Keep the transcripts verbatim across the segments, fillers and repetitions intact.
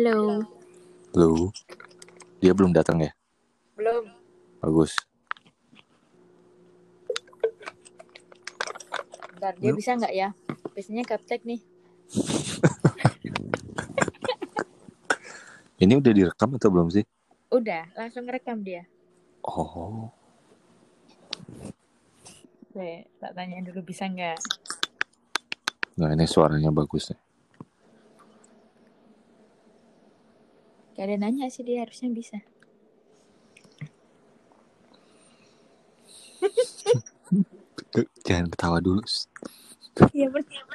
Halo. Halo. Dia belum datang ya? Belum. Bagus. Bentar, dia hmm? bisa nggak ya? Biasanya gaptek nih. Ini udah direkam atau belum sih? Udah, langsung rekam dia. Oh. Oke, tak tanya dulu bisa nggak? Nah, ini suaranya bagus nih. Gak ada nanya sih, dia harusnya bisa. Jangan ketawa dulu. Iya benar.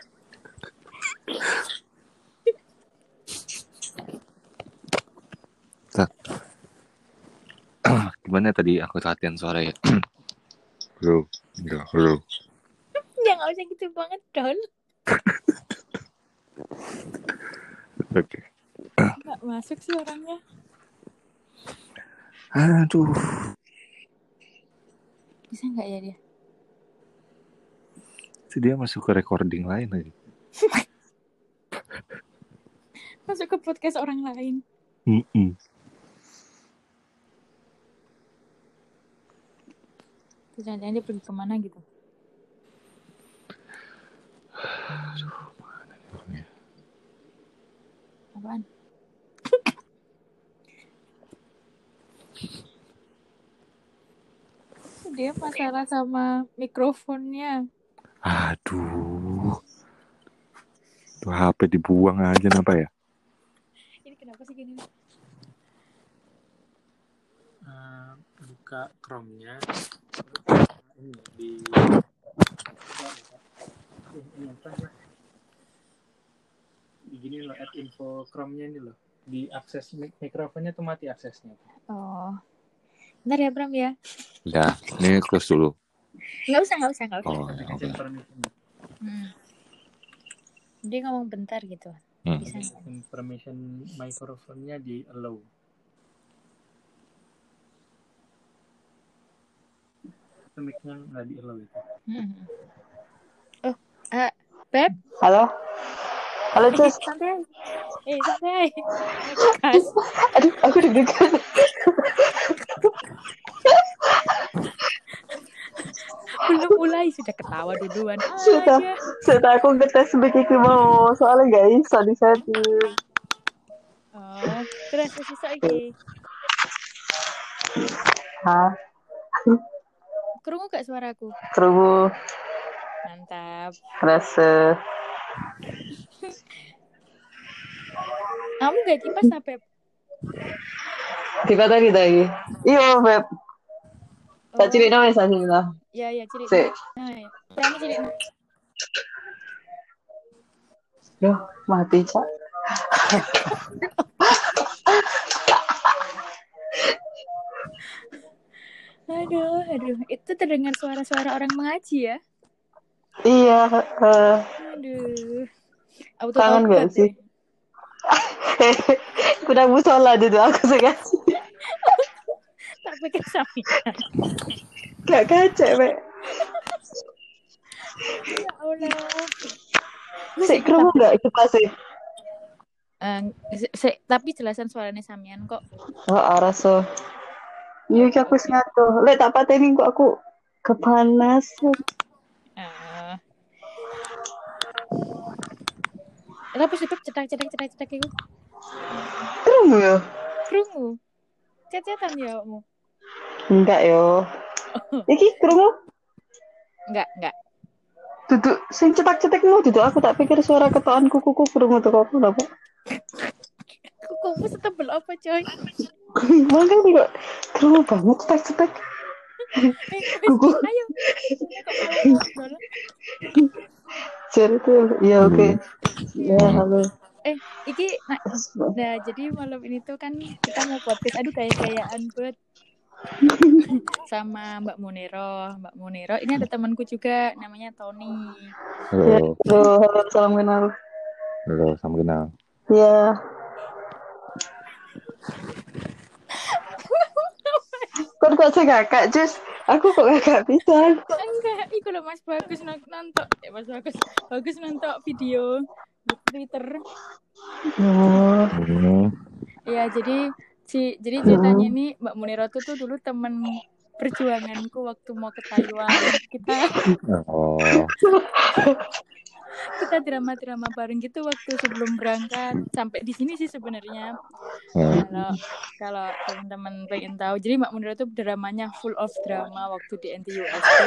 Gimana tadi aku latihan suara ya? Halo, enggak, halo. Ya nggak usah gitu banget, Don. Oke. Nggak masuk sih orangnya. Aduh. Bisa nggak ya dia? Dia masuk ke recording lain lagi. Masuk ke podcast orang lain. Mm-mm. Jangan-jangan dia pergi kemana gitu. Aduh, mana nih orangnya? Apaan? Dia masalah sama mikrofonnya. Aduh. Tuh H P dibuang aja kenapa ya? Ini kenapa sih gini? Uh, buka Chrome-nya ini di ini apa lah? Begini loh, add info Chrome-nya ini loh. Di akses mik- mikrofonnya tuh mati aksesnya. Oh. Bentar ya Bram ya. Udah, ini close dulu. Nggak usah, nggak usah, nggak usah. Oh, ya, oke. Okay. Hmm. Dia ngomong bentar gitu. Hmm. Bisa. Permission microphone-nya di allow. Mic-nya nggak di allow itu. Hmm. Oh, uh, Beb. Halo. Halo, Cus. Eh, santai. Eh, santai. Ngekas. Aduh, aku deg-degan. Belum mulai sudah ketawa duluan Sudah, aja. sudah aku ngetes begitu mau. Soalnya guys, tadi setting. Oh, terus sisa lagi. Hah? Kerungu gak suaraku? Kerungu. Mantap. Rasa. Kamu gak kipas apa? Tiba tadi lagi. Iya, Beb. Oh. Tak cilik nama saya sini lah. Ya, ya, cilik. Si. Nah, ya. Berani cilik. Duh, mati, Cak. Aduh, aduh. Itu terdengar suara-suara orang mengaji ya? Iya. Uh, aduh. Auto kangen gak sih? Kurang musola dulu aku sengaja. Tak pikir samian. Gak kacek, Mek. Ya Allah. Sik kerungu gak kipas sih? Uh, se- tapi jelasan suaranya samian kok. Oh, araso. Iya, aku sengaja. Lek tak pateni kok aku kepanasan. Uh. Kenapa sih Beb cetak-cetak-cetak-cetak itu? Kerungu ya? Kerungu? Cet-cetan ya kamu? Enggak yo. Iki kerungu? Enggak, enggak. Duduk sing cetak-cetakmu duduk aku tak pikir suara ketokan kukuku kerungu tuh kok apa? Kukumu setebel apa coy? Makanya kok kerungu banget cetak-cetak. Eh, kuku. Ayo. Kok malah ngobrol? Jadi tuh, ya oke. Okay. Ya halo. Eh, iki nah, nah jadi malam ini tuh kan kita mau podcast. Aduh kayak-kayaan buat sama Mbak Muniro. Mbak Muniro, ini ada temanku juga namanya Tony. Halo. Ya, halo, halo, salam kenal. Halo, salam kenal. Ya. Kok kok saya kakak, Jus? Aku kok kakak bisa? Enggak, iku loh Mas Bagus nonton. Eh, Mas Bagus, Bagus nonton video Twitter. Oh. Hmm. Ya, jadi si jadi ceritanya ini Mbak Muniro tuh tuh dulu temen perjuanganku waktu mau ke Taiwan. Kita Oh. kita drama-drama bareng gitu waktu sebelum berangkat. Sampai di sini sih sebenarnya. Hmm. Kalau kalau teman-teman pengen tahu, jadi Mbak Muniro tuh dramanya full of drama waktu di N T U S T.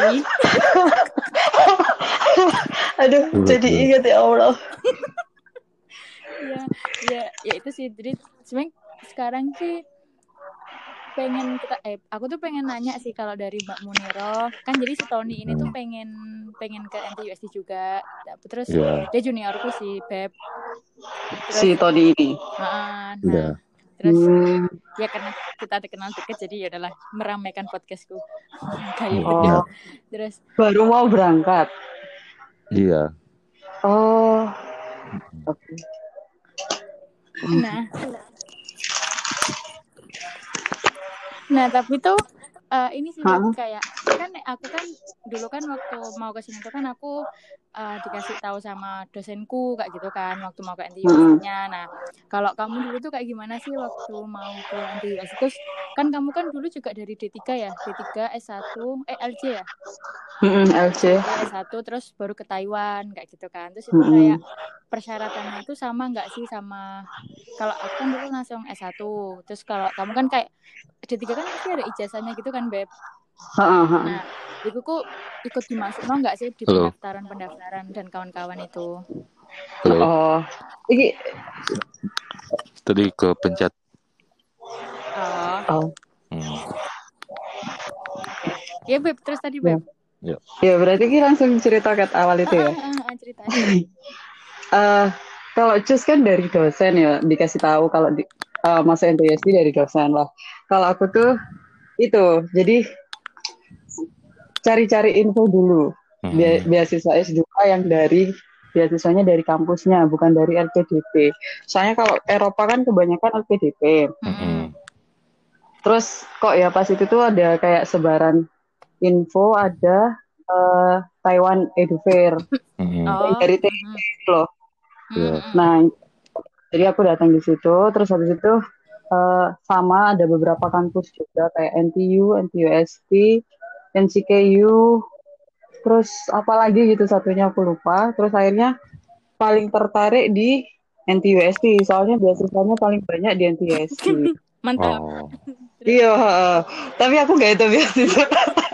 Aduh, jadi ingat ya Allah. Ya, ya, ya itu sih. Jadi sebenarnya sekarang sih pengen kita eh aku tuh pengen nanya sih kalau dari Mbak Muniro, kan jadi si Tony ini tuh Hmm. pengen pengen ke N T U S T juga. Terus Iya. dia juniorku sih, Beb. Si Terus Tony ini. ah, Iya. nah, terus Hmm. ya karena kita kenal deket jadi ya udahlah meramaikan podcastku. Kayak Iya. betul. Oh, Terus baru mau berangkat. Iya. Oh, oke. nah Nah, tapi tuh uh, ini sih Beb, Hah? kayak kan aku kan dulu kan waktu mau ke sini tuh kan aku uh, dikasih tahu sama dosenku kayak gitu kan waktu mau ke N T U S Mm-mm. T-nya. Nah, kalau kamu dulu tuh kayak gimana sih waktu mau ke N T U S T? Terus kan kamu kan dulu juga dari D tiga ya, D tiga S satu, eh L C ya? Mm-mm, L C. L C S satu terus baru ke Taiwan kayak gitu kan. Terus itu Mm-mm. kayak persyaratannya itu sama nggak sih sama kalau aku kan dulu langsung S satu. Terus kalau kamu kan kayak D tiga kan pasti ada ijazahnya gitu kan, Beb. Ha-ha, ha. Nah, itu kok ikut dimasuk no nggak sih di Halo. pendaftaran-pendaftaran dan kawan-kawan itu? Halo. Oh, iki. Tadi ke pencet. Oh, Oh, Hmm. ya Beb, terus tadi ya. Beb. Ya. Ya berarti ki langsung cerita ke awal itu ya. Ah, ah, ah, ceritain. Eh, kalau cus kan dari dosen ya dikasih tahu kalau di, uh, masuk N T U S T dari dosen lah. Kalau aku tuh itu jadi cari-cari info dulu. Be- Hmm. beasiswa S dua yang dari beasiswanya dari kampusnya bukan dari L P D P. Soalnya kalau Eropa kan kebanyakan L P D P. Hmm. Terus kok ya pas itu tuh ada kayak sebaran info ada uh, Taiwan Edu Fair Hmm. Oh, dari T I mm, loh. Ya. mm, mm. Nah, jadi aku datang di situ, terus habis itu uh, sama ada beberapa kampus juga kayak N T U, N T U S T, N C K U, terus apa lagi gitu satunya aku lupa. Terus akhirnya paling tertarik di N T U S T, soalnya beasiswanya paling banyak di N T U S T. Mantap. Oh. Terus, Iya, uh, tapi aku gak itu beasiswa.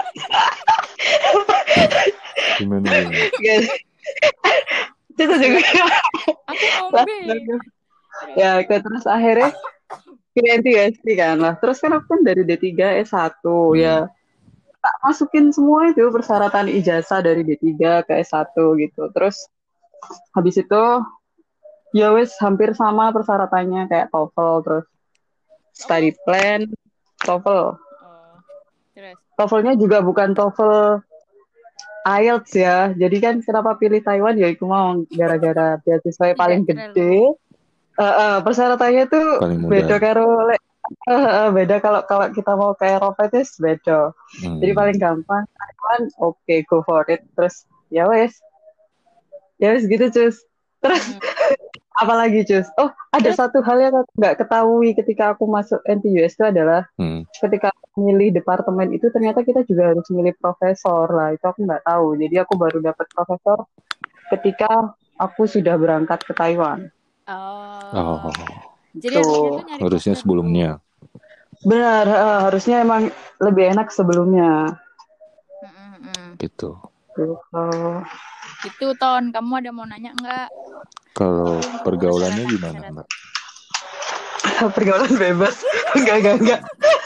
Gimana gimana? Guys, itu juga. aku mau Lah, B. terus- ya, ke- terus akhirnya pilih N T U S T kan lah. Terus kan aku kan dari D tiga S satu Hmm. ya. Tak masukin semua itu persyaratan ijazah dari D tiga ke S satu gitu. Terus habis itu ya wes hampir sama persyaratannya kayak TOEFL, terus study plan, TOEFL. Oh, terus. TOEFL-nya juga bukan TOEFL I E L T S ya. Jadi kan kenapa pilih Taiwan ya itu mau gara-gara beasiswa paling Tidak gede. Uh, uh, persyaratannya tuh Paling mudah. beda karo le- uh, uh, beda kalau kalau kita mau ke Eropa itu beda. Hmm. Jadi paling gampang Taiwan, oke okay, go for it. Terus ya wes, ya wes gitu cus. Terus Hmm. apalagi cus? Oh ada Terus? satu hal yang aku nggak ketahui ketika aku masuk N T U S itu adalah Hmm. ketika milih departemen itu ternyata kita juga harus milih profesor lah. Itu aku nggak tahu. Jadi aku baru dapat profesor ketika aku sudah berangkat ke Taiwan. Oh. Oh. Jadi Tuh. harusnya tuh nyari Harusnya profesor sebelumnya. Benar, uh, harusnya emang lebih enak sebelumnya. dulu. Mm, mm, mm. Gitu. Tuh, uh, Itu Ton, kamu ada mau nanya nggak? Kalau Jadi untuk pergaulannya persyaratan- gimana, Mbak? pergaulan bebas. Enggak, enggak, enggak.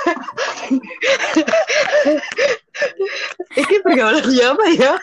Ini pergaulan siapa ya?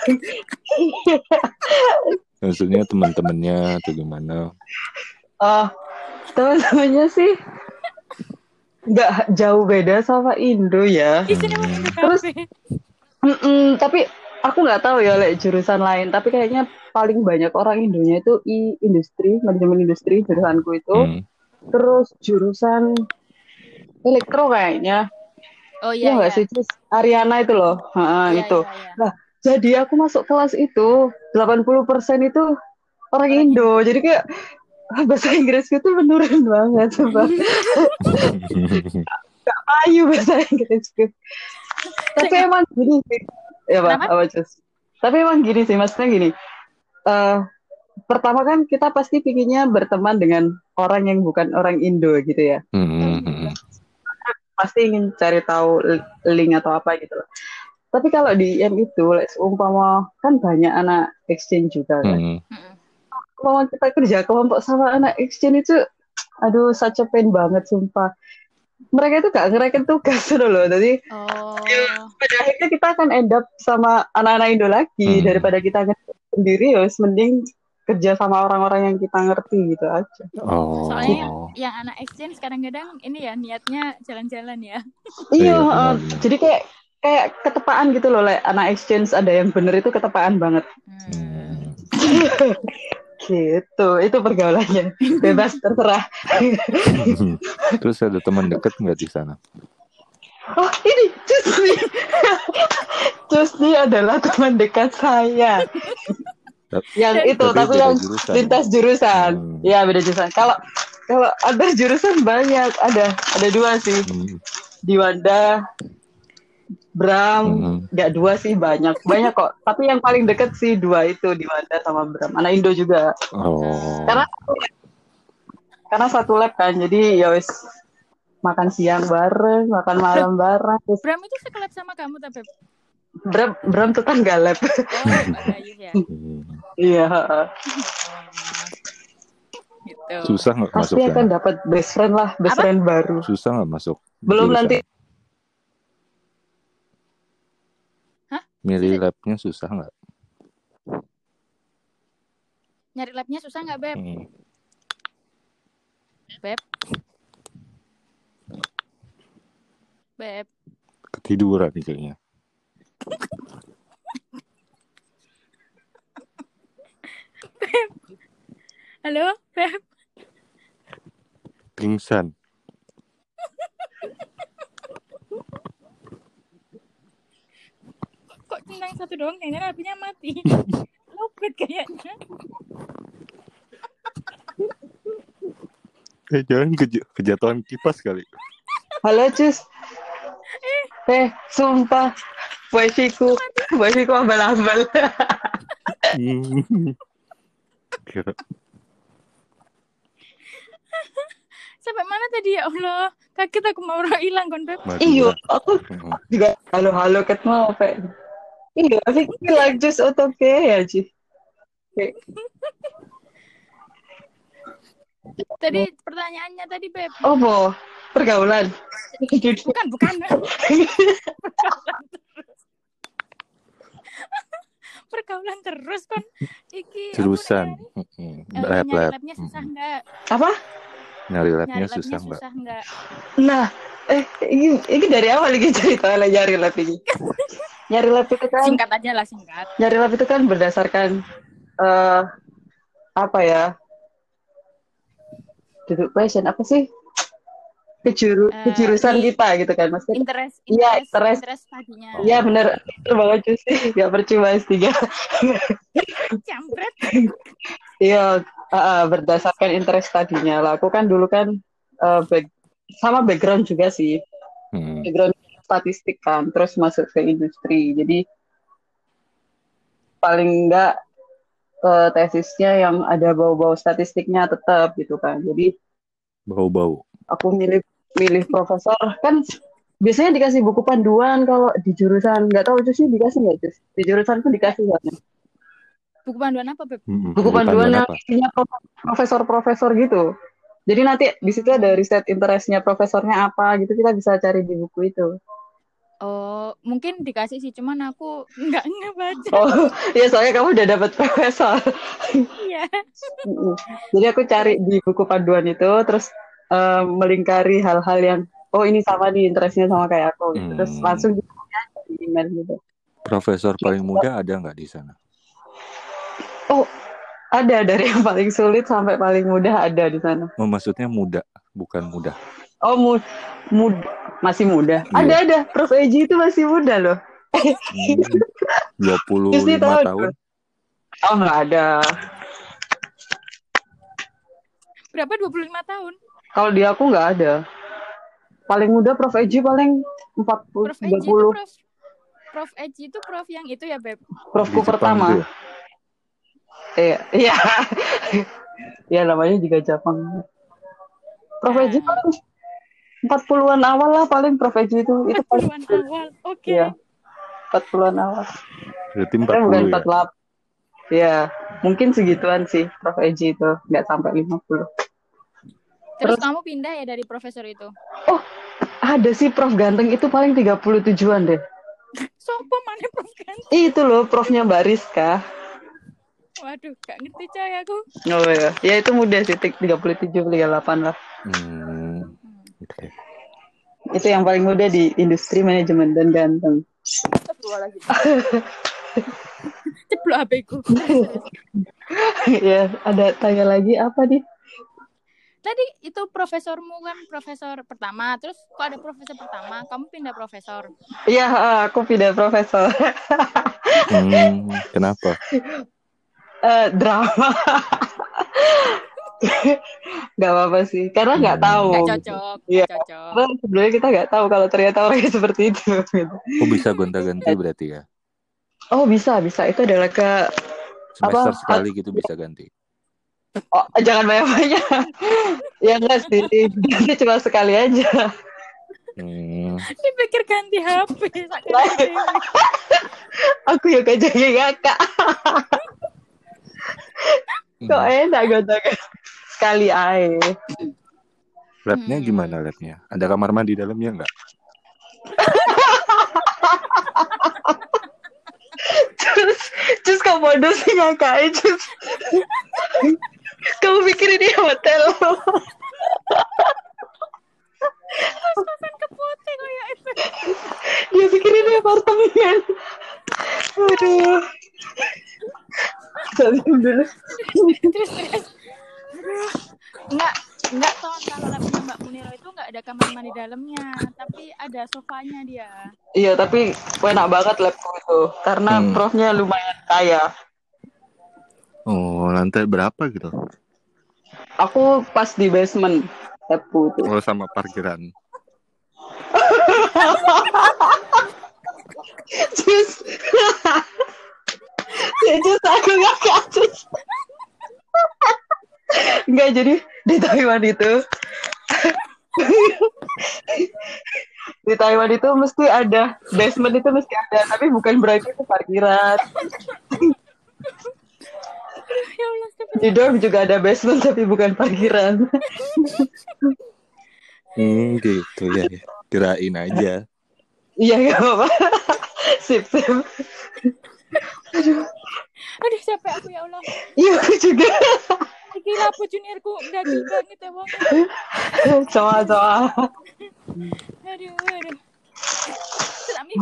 Maksudnya teman-temannya atau gimana? Oh, teman-temannya sih nggak jauh beda sama Indo ya. Di sini mau Hmm. Indo Terus- Cafe. Mm-mm, tapi aku nggak tahu ya like, jurusan lain. Tapi kayaknya paling banyak orang Indonya itu i industri, manajemen industri jurusanku itu. Hmm. Terus jurusan elektro kayaknya. Oh Iya iya nggak iya. sih, Cis? Ariana itu loh. Ha, Iya, itu. iya, iya. Jadi aku masuk kelas itu delapan puluh persen itu orang Indo. Jadi kayak bahasa Inggrisku tuh menurun banget, sumpah. Gak payu bahasa Inggrisku. Tapi emang gini sih. Ya Pak, Kenapa? apa Cus? Tapi emang gini sih, maksudnya gini. Eh pertama kan kita pasti pinginnya berteman dengan orang yang bukan orang Indo gitu ya. Hmm. Pasti ingin cari tahu link atau apa gitu loh. Tapi kalau di I M itu, umpama kan banyak anak exchange juga kan. Hmm. Umpama kita kerja kelompok sama anak exchange itu, aduh, such a pain banget, sumpah. Mereka itu gak ngereken tugas loh. Jadi Oh. pada akhirnya kita akan end up sama anak-anak Indo lagi. Hmm. Daripada kita ngerti sendiri, ya mending kerja sama orang-orang yang kita ngerti gitu aja. Oh. Soalnya yang anak exchange kadang-kadang ini ya niatnya jalan-jalan ya. Iya, Iya, uh, benar. jadi kayak kayak ketepaan gitu loh, like, anak exchange ada yang bener itu ketepaan banget. Hmm. Gitu, itu pergaulannya. Bebas terserah. Terus ada teman dekat nggak di sana? Oh, ini Cusni. Cusni adalah teman dekat saya. Yang Tapi itu, tapi beda yang jurusan. lintas jurusan. Hmm. Ya, beda jurusan. Kalau kalau ada jurusan banyak, ada ada dua sih. Hmm. Di Wanda, Bram, Hmm. nggak dua sih, banyak banyak kok. Tapi yang paling deket sih dua itu, di Wanda sama Bram. Anak Indo juga. Oh. Karena karena satu lab kan, jadi ya wis makan siang bareng, makan malam bareng. Terus Bram itu sekelab sama kamu tapi. Bram Bram tetangga lab. Oh, Mbak Bayu ya. Hmm. Iya. Oh, gitu. Susah nggak masuk Pasti akan sana? dapat best friend lah, best Apa? friend baru. Susah nggak masuk? Belum jurusan? nanti. Hah? Milih labnya susah nggak? Nyari labnya susah nggak Beb? Hmm. Beb. Beb. Ketiduran nih kayaknya. Halo Beb. Pingsan. Kok centang satu doang kayaknya labnya mati. Lopet kayaknya. Eh jangan keja- kejatuhan kipas kali. Halo Cus. Eh, sumpah. Wifi-ku, wifi-ku abal-abal. Hmm. Kira Sampai mana tadi ya Allah? Kaget aku mau orang hilang kon Beb. Madura. Iyo, aku Hmm. juga halo-halo ket mau apa? Iya, tapi like just oke ya, Ci. Oke. Tadi pertanyaannya tadi Beb. Oh, boh. Pergaulan. Bukan, bukan. Pergaulan terus kon. Iki Jurusan. apa Hmm. namanya? Eh, Lab nyari lab. labnya susah Hmm. enggak? Apa? Nyari Nyari labnya labnya susah nggak? susah enggak? Nah, eh ini, ini dari awal lagi cerita lah nyari lab ini. Nyari lab itu kan, Singkat aja lah singkat. nyari lab itu kan berdasarkan eh apa ya? Duduk passion apa sih? Kejuru, Eh, kejurusan di- kita gitu kan, maksudnya. Interest, Iya, interest, interest. interest tadinya. Iya bener, bener banget cuy sih, gak percuma S tiga. Campret. Iya, uh, uh, berdasarkan interest tadinya lah. Aku kan dulu kan uh, back, sama background juga sih, Hmm. background statistik kan, terus masuk ke industri. Jadi paling enggak uh, tesisnya yang ada bau-bau statistiknya tetap gitu kan. Jadi Bau-bau. aku milih milih profesor kan. Biasanya dikasih buku panduan kalau di jurusan, nggak tahu itu sih dikasih nggak Cus? Di jurusan tuh dikasih nggak? Buku panduan apa Beb? Hmm. Buku panduan yang apa? isinya prof- profesor-profesor gitu. Jadi nanti di situ ada riset interestnya profesornya apa gitu, kita bisa cari di buku itu. Oh, mungkin dikasih sih, cuman aku nggak ngebaca. Oh, ya soalnya kamu udah dapat profesor. Iya. Mm-mm. Jadi aku cari di buku panduan itu, terus eh, melingkari hal-hal yang oh ini sama nih interestnya sama kayak aku gitu. Terus Hmm. langsung di email gitu. Profesor paling muda ada nggak di sana? Oh, ada dari yang paling sulit sampai paling mudah ada di sana. Oh, maksudnya muda, bukan muda. Oh, mu- muda, masih muda. Iya. Ada ada, Prof Eji itu masih muda loh. Hmm. dua puluh Terus dia lima tahu tahun. Oh nggak ada. Berapa? dua puluh lima tahun? Kalau di aku nggak ada. Paling muda Prof Eji paling empat puluh Prof tiga Eji itu puluh. Prof Prof Eji itu Prof yang itu ya, Beb? Profku Di Jepang pertama. itu ya? Iya, iya. Ya namanya juga Jepang. Prof Eji Nah, paling empat puluhan awal lah paling Prof Eji itu. Itu paling empat puluhan awal. Oke. Iya, empat puluhan awal. Berarti empat Tapi bukan puluh ya? empat puluh delapan. Iya, mungkin segituan sih Prof Eji itu, nggak sampai lima puluh. Terus, Terus kamu pindah ya dari profesor itu? oh, ada sih Prof Ganteng itu paling tiga puluh tujuan deh. Sopo mana Prof Ganteng? Itu loh Profnya Mbak Rizka. Waduh, gak ngerti coy aku. Oh ya, ya itu muda sih, tiga puluh tujuh, tiga puluh delapan lah. Hmm. Oke. Itu yang paling muda di industri manajemen dan ganteng. Astagfirullahaladzim. Ceplok H P-ku. Ya, ada tanya lagi apa nih? Tadi itu profesormu kan profesor pertama, terus kok ada profesor pertama, kamu pindah profesor. Iya, aku pindah profesor. Hmm, kenapa? Eh, drama. Gak apa-apa sih, karena nggak Hmm. tahu. Gak cocok, Iya. gak cocok. Karena sebenarnya kita nggak tahu kalau ternyata orangnya seperti itu. Gitu. Oh, bisa gonta-ganti berarti ya? Oh bisa, bisa. Itu adalah ke Semester Apa? sekali gitu bisa ganti. oh, jangan banyak-banyak. Ya enggak sih, dia cuma sekali aja. Hmm. Dipikir ganti H P sakit dewe. Aku ya kejadian ngakak. Kok enak gonta-ganti sekali aja. Labnya Hmm. gimana labnya? Ada kamar mandi dalamnya nggak? Terus, terus kamu bodoh sih ngakain. Terus, kamu pikir ini hotel? Kos-kosan kepote kayak itu. Dia pikir ini apartemen. Aduh. Salim dulu. Terus terus. Aduh. Enggak, enggak toh kalau labnya Mbak Muniro itu enggak ada kamar mandi dalamnya, tapi ada sofanya dia. Iya, tapi enak banget labku itu. Karena Hmm. profnya lumayan kaya. Oh, lantai berapa gitu? Aku pas di basement labku itu. Oh, sama parkiran. Terus, terus aku ngakak. Terus. Enggak, jadi di Taiwan itu di Taiwan itu mesti ada basement, itu mesti ada, tapi bukan berarti itu parkiran. Ya Allah, Di dorm juga ada basement tapi bukan parkiran. Hmm, gitu ya. ya. Kirain aja. Iya, nggak apa-apa. Sip, sip. aduh capek aku ya Allah. Iya, aku juga. Iki lapo juniorku ndagel banget ya wong. Coba-coba. Aduh, aduh. Selami.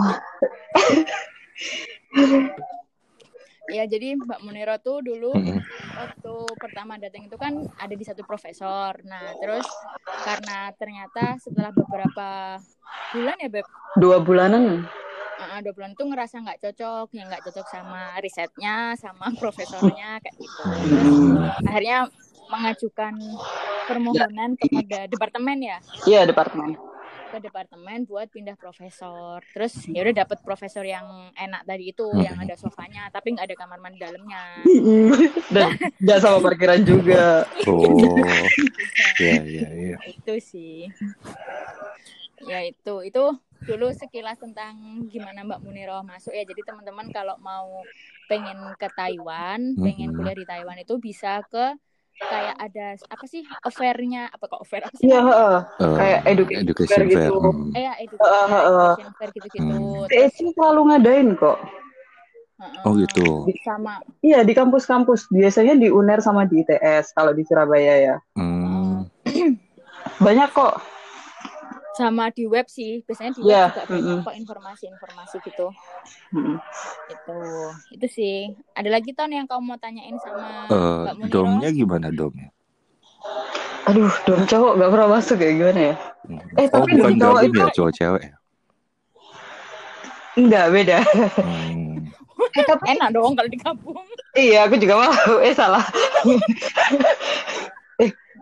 Ya, jadi Mbak Muniro tuh dulu Mm-mm. waktu pertama datang itu kan ada di satu profesor. Nah, terus karena ternyata setelah beberapa bulan ya, Beb, Dua bulanan. uh, dua bulan tuh ngerasa nggak cocok, ya nggak cocok sama risetnya, sama profesornya kayak gitu. Terus akhirnya mengajukan permohonan kepada departemen ya, Iya, departemen. ke departemen buat pindah profesor. Terus ya udah dapet profesor yang enak tadi itu, Hmm. yang ada sofanya, tapi nggak ada kamar mandi dalamnya. Dan nggak sama parkiran juga. Oh, ya, ya, ya. Itu sih. Ya itu, itu dulu sekilas tentang gimana Mbak Muniro masuk ya. Jadi teman-teman kalau mau pengen ke Taiwan, pengen Mm-mm. kuliah di Taiwan itu bisa ke kayak ada apa sih offernya, apa kok offer apa sih? Iya, namanya? heeh. Eh, Kayak education education fair fair. gitu. Hmm. Eh ya Uh, education, uh, uh. education fair gitu-gitu. Hmm. Terus T S C selalu ngadain kok. uh-uh, Oh gitu. sama Iya, di kampus-kampus. Biasanya di U N E R sama di I T S kalau di Surabaya ya. Hmm. Banyak kok. sama di web sih. Biasanya di web Iya, juga banyak mm-mm. kok informasi-informasi gitu. Mm-mm. Itu. Itu sih. Ada lagi Ton yang kamu mau tanyain sama Eh, Mbak Muniro? domnya gimana domnya? Aduh, dom cowok gak pernah masuk kayak gimana ya? Hmm. Eh, Oh, tapi bukan dom cowok gabung itu ya cowok cewek ya? enggak beda. Hmm. Eh, tapi Enak dong kalau di kampung. iya, aku juga mau. Eh, salah. eh,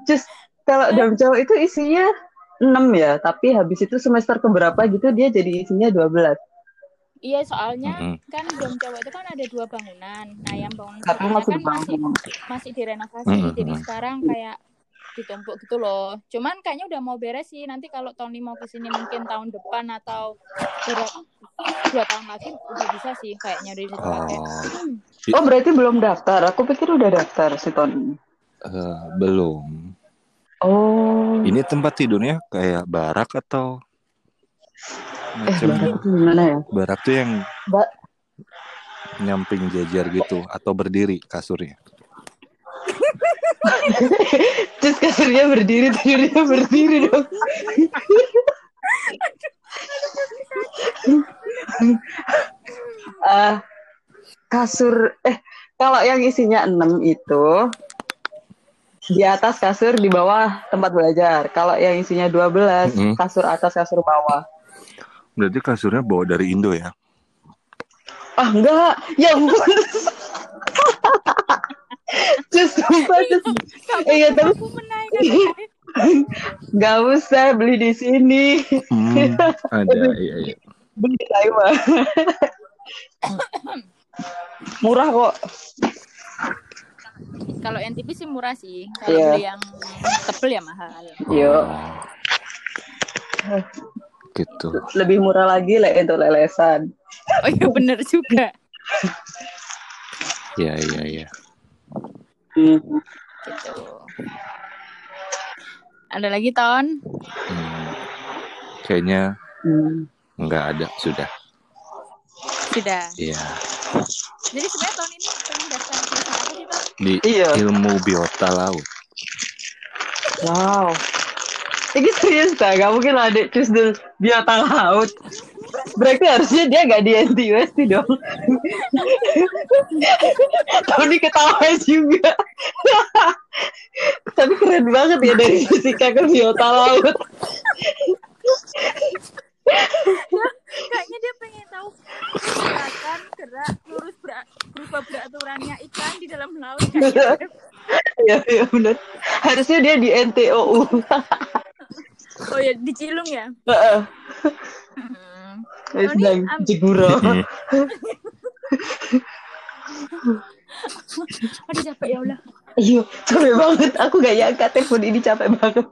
Just kalau dorm cowok itu isinya enam ya, tapi habis itu semester keberapa gitu dia jadi isinya dua belas. Iya, soalnya Mm-mm. kan dorm cowok itu kan ada dua bangunan. Nah, yang bangunan Satu satunya masih kan masih dibangun. masih direnovasi. Mm-mm. Jadi sekarang kayak ditumpuk gitu loh. Cuman kayaknya udah mau beres sih. Nanti kalau Tony mau kesini mungkin tahun depan atau ber- dua tahun lagi udah bisa sih kayaknya udah bisa dipakai. Oh, Oh, berarti belum daftar. Aku pikir udah daftar si Tony. eh, belum. Oh. Ini tempat tidurnya kayak barak atau Eh, macam barat tuh gimana ya? barak tuh yang Ba- nyamping jajar gitu atau berdiri kasurnya? Terus kasurnya berdiri, tidurnya berdiri dong. Ah, kasur eh kalau yang isinya enam itu di atas kasur, di bawah tempat belajar. Kalau yang isinya dua belas, Mm-mm. kasur atas, kasur bawah. Berarti kasurnya bawa dari Indo ya? Ah, enggak. Ya ampun. Just sumpah, just. Eh, ya, tapi Aku menaikkan. nggak usah beli di sini. Hmm, ada, iya, iya. Beli di Taiwan. Murah kok. Kalau yang tipis sih murah sih. Kalau Iya. beli yang tebel ya mahal. Yuk. Oh, gitu. Lebih murah lagi lah untuk lelesan. Oh iya bener juga. Iya, iya, iya. Hmm. Gitu. Ada lagi Ton? Hmm, kayaknya Hmm. nggak ada, sudah. Sudah. Iya. Jadi sebenarnya tahun ini pengen daftar jurusan apa sih Ton? Di Iya. ilmu biota laut. Wow. Ini serius tak? Gak mungkin lah adik cus dulu biota laut. Berarti harusnya dia gak di N T U S T dong. Tony ketawa juga. Tapi keren banget ya dari fisika ke biota laut. Kayaknya dia pengen tahu gerakan gerak lurus berak, berupa beraturannya ikan di dalam laut kayaknya. Iya, iya benar. Harusnya dia di N T O U. Oh ya di Cilung ya. Heeh. Hmm. Wis Tony, nang am- Jeguro. Aduh capek ya Allah. Iya, capek banget. Aku gak nyangka telepon ini capek banget.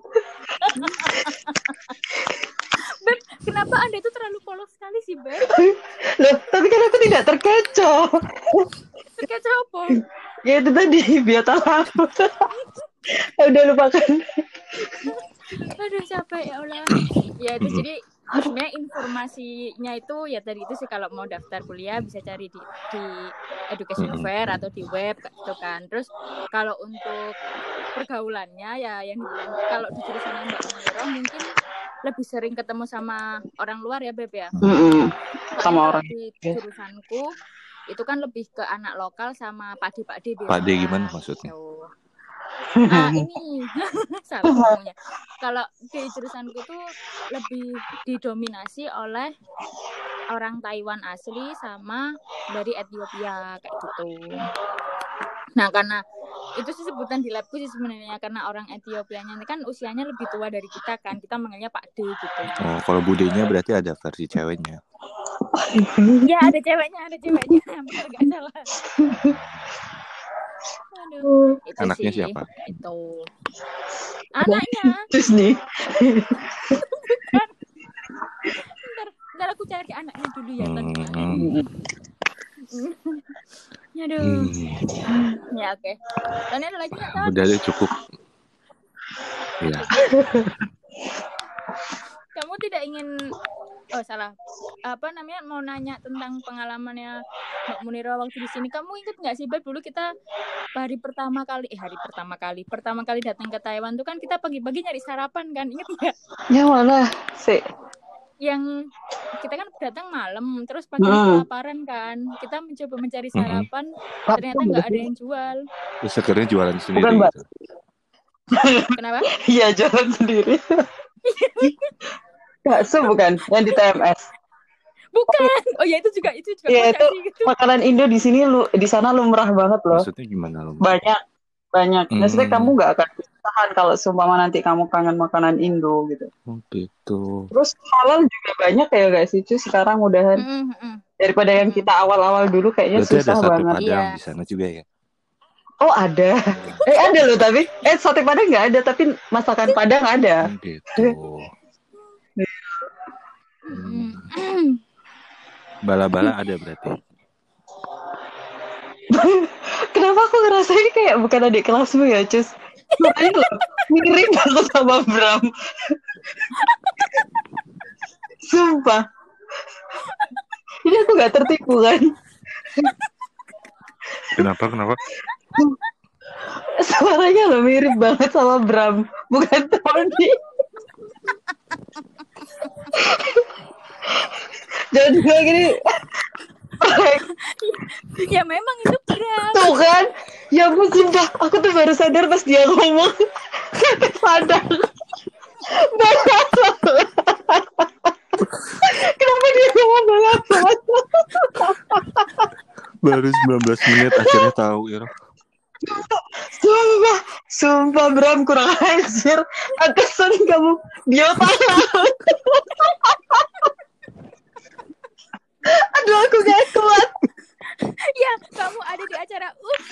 Beb, kenapa Anda itu terlalu polos sekali sih Beb? Loh, tapi kan aku tidak terkecoh. Terkecoh apa? Ya itu tadi biota laut. Udah lupakan. Aduh capek ya Allah. Ya itu jadi sebenarnya informasinya itu ya tadi itu sih kalau mau daftar kuliah bisa cari di di Education Fair atau di web gitu kan. Terus kalau untuk pergaulannya ya yang dibilang kalau di jurusannya Mbak Muniro mungkin lebih sering ketemu sama orang luar ya Beb ya. Mm-mm. Soalnya Sama kalau orang. di jurusanku itu kan lebih ke anak lokal sama pakde-pakde biasa. Pakde gimana maksudnya? Gitu. Ah ini salah ngomongnya. Kalau di jurusanku tuh lebih didominasi oleh orang Taiwan asli sama dari Ethiopia kayak gitu. Nah karena itu sih sebutan di labku sih sebenarnya karena orang Ethiopianya ini kan usianya lebih tua dari kita kan, kita manggilnya Pakde gitu. Oh, kalau budenya berarti ada versi ceweknya. Ya ada ceweknya, ada ceweknya, benar gak salah. Aduh, itu Anaknya sih, siapa? Itu anaknya. Terus nih. Ntar, ntar aku cari anaknya dulu ya Ton. Hmm. Aduh. Hmm. Ya oke. Tony ada lagi nggak Ton? Udah deh, cukup. Ya. Kamu tidak ingin oh salah apa namanya mau nanya tentang pengalamannya Mbak Muniro waktu di sini. Kamu ingat nggak sih Beb dulu kita hari pertama kali eh hari pertama kali pertama kali datang ke Taiwan tuh kan kita pagi-pagi nyari sarapan kan, ingat nggak? Yang mana sih? Yang kita kan datang malam terus pagi Hmm. kelaparan kan, kita mencoba mencari sarapan Hmm. ternyata nggak ada yang jual. Terus akhirnya jualan sendiri Bukan, Mbak. gitu. Kenapa? Iya, jalan sendiri. Bakso bukan yang di T M S. Bukan. Oh ya itu juga itu juga Iya, kocak itu sih gitu. makanan Indo di sini lu di sana lumrah banget loh. Maksudnya gimana lo? Banyak banyak. Hmm. Maksudnya kamu nggak akan bisa kesusahan kalau seumpama nanti kamu kangen makanan Indo gitu. Oh gitu. Terus halal juga banyak ya guys sih Cus sekarang udahan. Mm, mm, Daripada yang mm. kita awal-awal dulu kayaknya Berarti ada susah sate banget. Padang Iya. di sana juga ya? Oh ada. Eh ada loh tapi eh sate Padang nggak ada tapi masakan Padang ada. Oh gitu. Mm. Hmm. Bala-bala ada berarti. Kenapa aku ngerasa ini kayak bukan adik kelasmu ya Cus? Makanya loh mirip banget sama Bram. Sumpah. Ini aku nggak tertipu kan? Kenapa kenapa? Suaranya loh mirip banget sama Bram, bukan Tony. Jangan bilang gini. Ya memang itu berat. Tuh kan? Ya ampun sumpah, aku tuh baru sadar pas dia ngomong sate Padang. Kenapa dia ngomong balapan? Baru sembilan belas menit akhirnya tahu ya. Sumpah, sumpah Bram kurang ajar. Kesan kamu biota laut. Aduh aku gak kuat. Ya, kamu ada di acara Ups.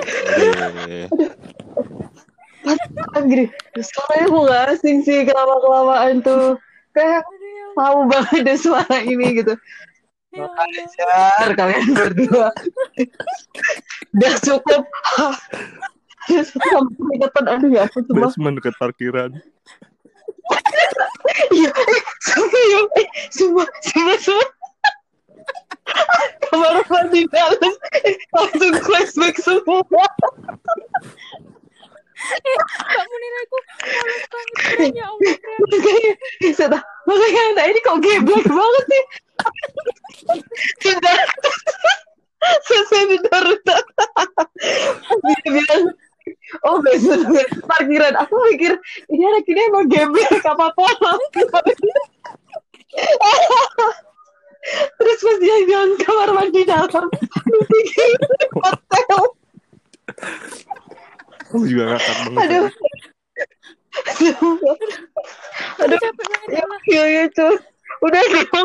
Gini, suaranya aku gak asing sih kelama-kelamaan tuh. Kayak tahu banget deh suara ini gitu. Ya Kurang ajar kalian berdua. Udah cukup. Sampai keringetan, aduh ya aku cuma. Basement dekat parkiran. Iya, sumpah ya, eh, sumpah, sumpah, sumpah. Kamar mandi dalam, eh, langsung flashback semua. Eh, Mbak Munira aku polos banget Bram, ya Allah Bram. Makanya, saya makanya anak ini kok geblek banget sih. Sudah, selesai di darurat. Dia bilang, oh besok parkiran. Aku mikir, ini anak ini emang geblek apa-apa. Terus pas dia bilang kamar mandi dalam, lu pikir hotel. Kamu juga ngakak banget. Aduh. Aduh, capek banget ya Allah. Iya, iya, cuy. Udah dong.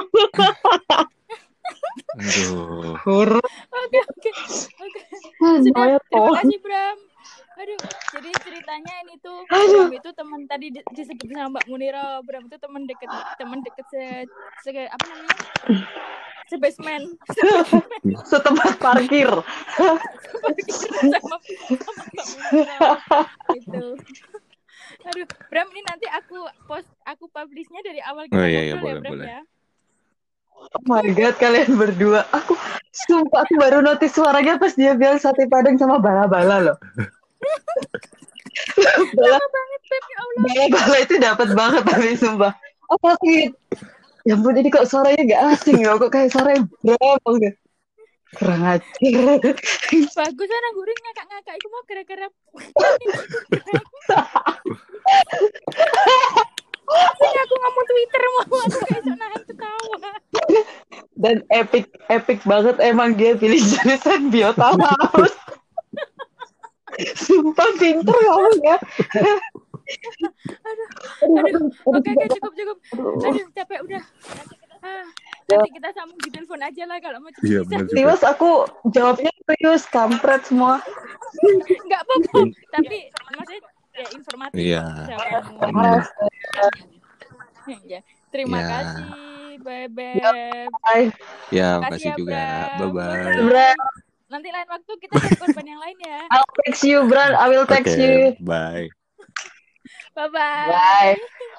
Aduh. Huruf. Oke, oke. Oke. Hmm, Sudah, banyak terima pohon. kasih Bram. Aduh, jadi ceritanya ini tuh Aduh. Bram itu teman tadi di- disebut sama Mbak Munira. Bram itu teman deket, teman deket se, se apa namanya? Sebasement. Setempat parkir. sama, sama Mbak Munira. Gitu. Aduh, Bram ini nanti aku post, aku publishnya dari awal kita Oh, iya, iya, ngobrol ya boleh, Bram boleh. ya. Oh my god, kalian berdua. Aku sumpah aku baru notice suaranya pas dia bilang sate Padang sama bala-bala loh. Bala, Lama banget Beb, ya Allah. bala-bala itu dapat banget tapi sumpah. Apa sih? Ya ampun ini kok suaranya gak asing ya, kok kayak suara berapa gitu. Kurang ajar. Bagus kan aku udah ngakak-ngakak itu mau gara-gara Sini aku ngomong Twitter mau aku kayak sok nahan ketawa. Dan epic epic banget emang dia pilih jurusan biota laut. Sumpah pinter kamu ya. Aduh, Aduh, aduh. aduh, Oke, aduh, oke, cukup, cukup. Aduh, capek udah. Ah, nanti kita sambung di telepon aja lah kalau mau Iya, cerita. benar juga. Tiwas aku jawabnya serius, kampret semua. Enggak apa-apa, tapi maksudnya ya informatif. Iya. Jawabanmu. Ya, terima Ya. kasih, Bebek. Bye. Ya, Makasih makasih ya, juga. Bram. Bye-bye. Bram. Nanti lain waktu kita cari korban yang lain ya. I'll text you, Bran. I will text Oke, you. bye. Bye-bye. Bye.